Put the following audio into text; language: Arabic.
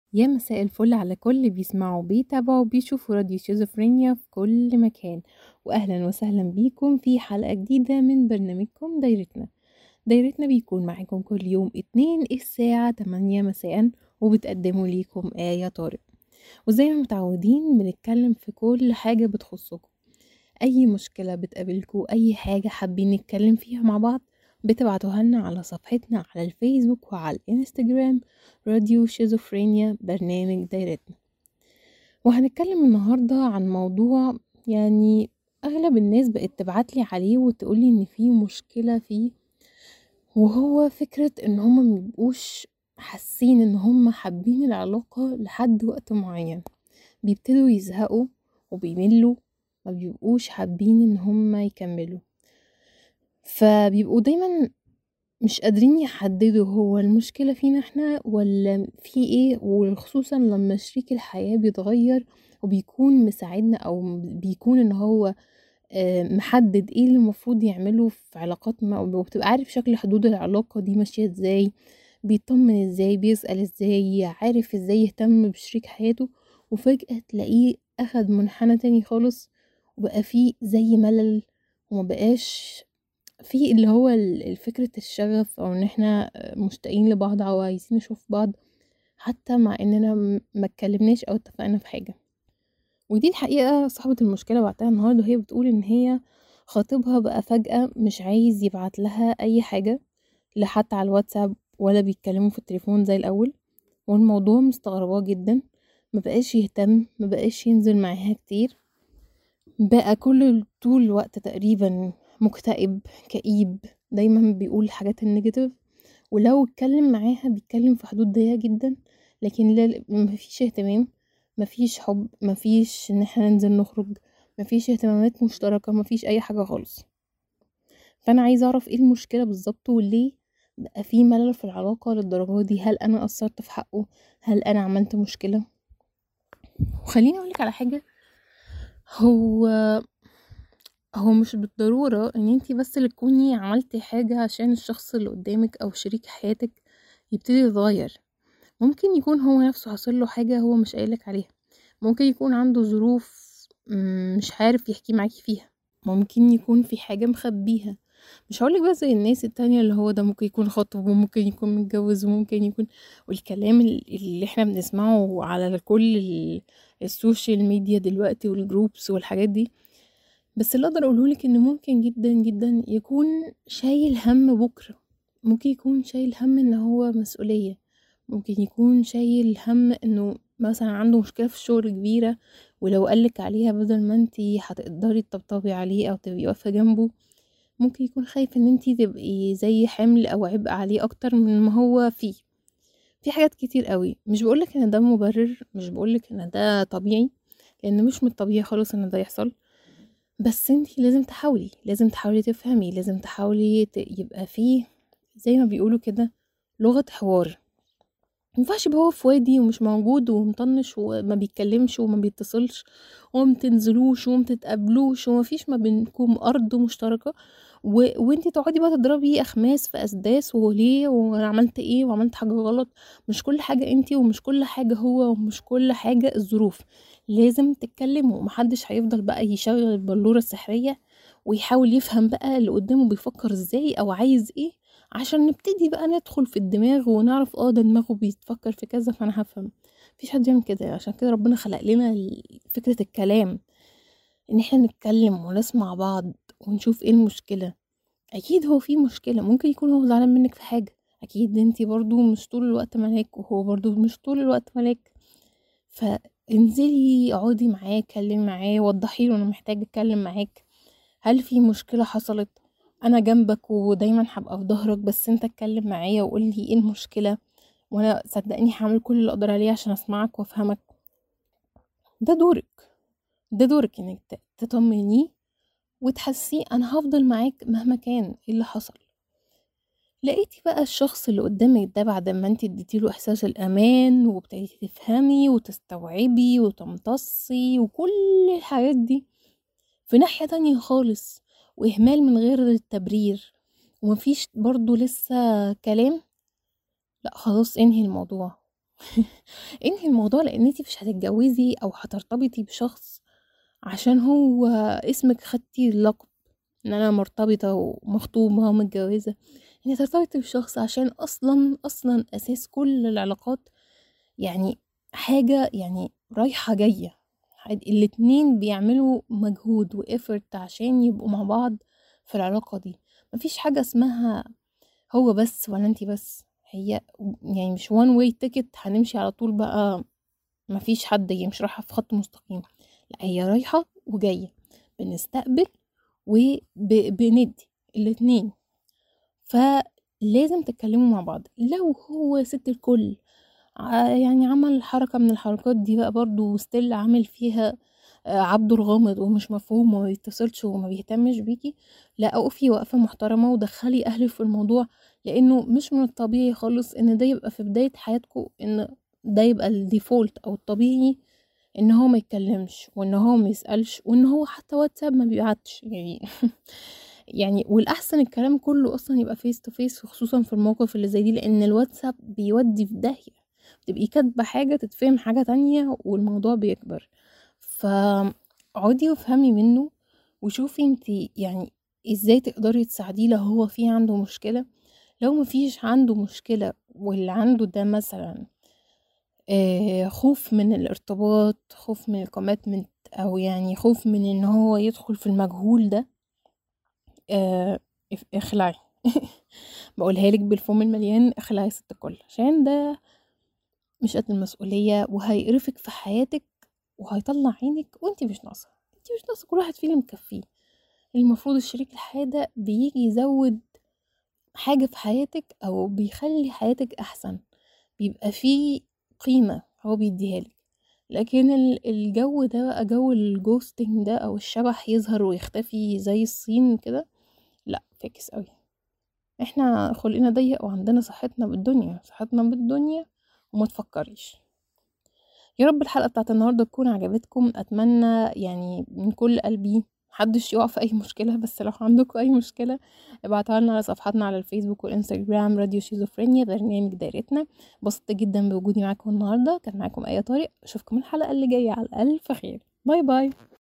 يا مساء الفل على كل بيسمعوا بيتابعوا بيشوفوا راديو شيزوفرينيا في كل مكان، واهلا وسهلا بيكم في حلقة جديدة من برنامجكم دايرتنا بيكون معاكم كل يوم اتنين الساعة 8 مساء، وبتقدموا ليكم آية طارق. وزي ما متعودين بنتكلم في كل حاجة بتخصكم، اي مشكلة بتقابلكم، اي حاجة حابين نتكلم فيها مع بعض، بتبعتوها لنا على صفحتنا على الفيسبوك وعلى الانستجرام، راديو شيزوفرينيا برنامج دايرتنا. وهنتكلم النهاردة عن موضوع، يعني اغلب الناس بقت تبعتلي عليه وتقولي ان في مشكلة فيه، وهو فكرة ان هما مبيبقوش حاسين ان هما حابين العلاقة لحد وقت معين، بيبتدوا يزهقوا وبيملوا، ما بيبقوش حابين ان هما يكملوا، فبيبقوا دايما مش قادرين يحددوا هو المشكلة فينا احنا ولا في ايه، وخصوصا لما شريك الحياة بيتغير وبيكون مساعدنا او بيكون ان هو محدد ايه اللي المفروض يعمله في علاقات ما، وبتبقى عارف شكل حدود العلاقة دي ماشية ازاي، بيطمن ازاي، بيسأل ازاي، عارف ازاي يهتم بشريك حياته، وفجأة تلاقيه اخد منحنى تاني خالص، وبقى فيه زي ملل، وما بقاش في اللي هو فكرة الشغف، او ان احنا مشتاقين لبعض او عايزين نشوف بعض، حتى مع اننا ما اتكلمناش او اتفقنا في حاجة. ودي الحقيقة صاحبة المشكلة بعتها النهاردة، وهي بتقول ان هي خطيبها بقى فجأة مش عايز يبعت لها اي حاجة، لا حتى على الواتساب ولا بيتكلموا في التليفون زي الاول، والموضوع مستغرباه جدا، ما بقاش يهتم، ما بقاش ينزل معاها كتير، بقى كل طول الوقت تقريبا مكتئب كئيب، دايما بيقول الحاجات النيجاتيف، ولو اتكلم معاها بيتكلم في حدود ضيقة جدا، لكن لا، مفيش اهتمام، مفيش حب، مفيش ان احنا ننزل نخرج، مفيش اهتمامات مشتركة، مفيش اي حاجة خالص. فانا عايزة اعرف ايه المشكلة بالظبط، وليه بقى في ملل في العلاقة للدرجة دي؟ هل انا قصرت في حقه؟ هل انا عملت مشكلة؟ وخليني اقولك على حاجة، هو هو مش بالضرورة ان انتي بس اللي تكوني عملتي حاجة عشان الشخص اللي قدامك او شريك حياتك يبتدي يتغير. ممكن يكون هو نفسه حصل له حاجة هو مش قايلك عليها، ممكن يكون عنده ظروف مش عارف يحكي معاكي فيها، ممكن يكون في حاجة مخبيها. مش هقولك بس زي الناس التانية اللي هو ده ممكن يكون خطب وممكن يكون متجوز وممكن يكون، والكلام اللي احنا بنسمعه على كل السوشيال ميديا دلوقتي والجروبس والحاجات دي. بس اللي اقدر اقولهولك ان ممكن جدا جدا يكون شايل هم بكرة، ممكن يكون شايل هم ان هو مسؤولية، ممكن يكون شايل هم انه مثلا عنده مشكلة في الشغل كبيرة، ولو قالك عليها بدل ما انتي هتقدري تطبطبي عليه او تبقي واقفة جنبه، ممكن يكون خايف ان انتي تبقي زي حمل او عبء عليه اكتر من ما هو فيه. في حاجات كتير قوي، مش بقولك ان ده مبرر، مش بقولك ان ده طبيعي، لان مش من الطبيعي خالص ان ده يحصل، بس انتي لازم تحاولي، لازم تحاولي تفهمي، لازم تحاولي يبقى فيه زي ما بيقولوا كده لغة حوار. مينفعش يبقى هو في وادي ومش موجود ومطنش وما بيتكلمش وما بيتصلش وما بتنزلوش وما بتتقابلوش ومفيش ما بينكم ارض مشتركة، وانتي تقعدي بقى تضربي اخماس في اسداس، وليه وانا عملت ايه وعملت حاجة غلط. مش كل حاجة انتي، ومش كل حاجة هو، ومش كل حاجة الظروف. لازم تتكلموا، محدش هيفضل بقى يشغل البلورة السحرية ويحاول يفهم بقى اللي قدامه بيفكر ازاي او عايز ايه، عشان نبتدي بقى ندخل في الدماغ ونعرف ده دماغه بيتفكر في كذا فانا هفهم. مفيش حد يعمل كده، عشان كده ربنا خلق لنا فكرة الكلام، ان احنا نتكلم ونسمع بعض ونشوف ايه المشكلة. اكيد هو في مشكلة، ممكن يكون هو زعلان منك في حاجة، اكيد انتي برضو مش طول الوقت ملاك وهو برضو مش طول الوقت ملاك، فانزلي اقعدي معاه، اتكلمي معاه، وضحي له انا محتاجة اتكلم معاك، هل في مشكلة حصلت، انا جنبك ودايما هبقى في ظهرك، بس انت اتكلم معايا وقولي ايه المشكلة، وانا صدقني هعمل كل اللي اقدر عليه عشان اسمعك وافهمك. ده دورك، ده دورك انك تطمنيه وتحسيه انا هفضل معاك مهما كان ايه اللي حصل. لقيتي بقى الشخص اللي قدامك ده بعد ما انت اديتيله احساس الامان وابتديتي تفهمي وتستوعبي وتمتصي وكل الحاجات دي، في ناحية تانية خالص، واهمال من غير التبرير، ومفيش برضو لسه كلام، لا خلاص انهي الموضوع، انهي الموضوع، لان انتي مش هتتجوزي او هترتبطي بشخص عشان هو اسمك خدتي اللقب ان انا مرتبطة ومخطوبة ومتجوزة. انتي هترتبطي بشخص عشان اصلا اساس كل العلاقات يعني حاجة يعني رايحة جاية. الاتنين بيعملوا مجهود وإفرت عشان يبقوا مع بعض في العلاقة دي. مفيش حاجة اسمها هو بس ولا انتي بس، هي يعني مش one way ticket هنمشي على طول بقى. مفيش حد، هي مش رايحة في خط مستقيم، لا هي رايحة وجاية، بنستقبل وبندي الاتنين. فلازم تتكلموا مع بعض. لو هو ست الكل يعني عمل حركة من الحركات دي بقى برضو ستيل عامل فيها عبده الغامض ومش مفهوم وما بيتصلش وما بيهتمش بيكي، لا اقفي وقفة محترمة ودخلي اهلك في الموضوع. لانه مش من الطبيعي خالص ان ده يبقى في بداية حياتكم، ان ده يبقى الديفولت او الطبيعي، ان هو ما يتكلمش وان هو ما يسألش وان هو حتى واتساب ما بيبعتش يعني. يعني والاحسن الكلام كله اصلا يبقى فيس تو فيس، وخصوصا في الموقف اللي زي دي، لان الواتساب بيودي في داهية، تبقي كاتبة حاجة تتفهم حاجة تانية والموضوع بيكبر. فاقعدي وافهمي منه وشوفي انتي يعني ازاي تقدري تساعديه لو هو في عنده مشكلة. لو مفيش عنده مشكلة واللي عنده ده مثلا خوف من الارتباط، خوف من الكوميتمنت، او يعني خوف من ان هو يدخل في المجهول ده، آه، اخلعي. بقولها لك بالفم المليان، اخلعي يا ست الكل، عشان ده مش قد المسؤولية وهيقرفك في حياتك وهيطلع عينك وانتي مش ناقصة. انتي مش ناقصة، كل واحد فينا مكفيه. المفروض الشريك الحياة ده بيجي يزود حاجة في حياتك او بيخلي حياتك احسن، بيبقى فيه قيمة هو بيديها لك. لكن الجو ده بقى جو الجوستنج ده، او الشبح يظهر ويختفي زي الصين كده، لا فاكس قوي. احنا خلقنا ضيق وعندنا صحتنا بالدنيا، صحتنا بالدنيا، وما تفكريش. يا رب الحلقة بتاعت النهاردة تكون عجبتكم. أتمنى يعني من كل قلبي محدش يقع في أي مشكلة، بس لو عندكم أي مشكلة ابعتوها لنا على صفحاتنا على الفيسبوك والإنستجرام، راديو شيزوفرينيا برنامج دايرتنا. بسطت جدا بوجودي معاكم النهاردة، كان معاكم آية طارق. أشوفكم الحلقة اللي جاية على ألف خير. باي باي.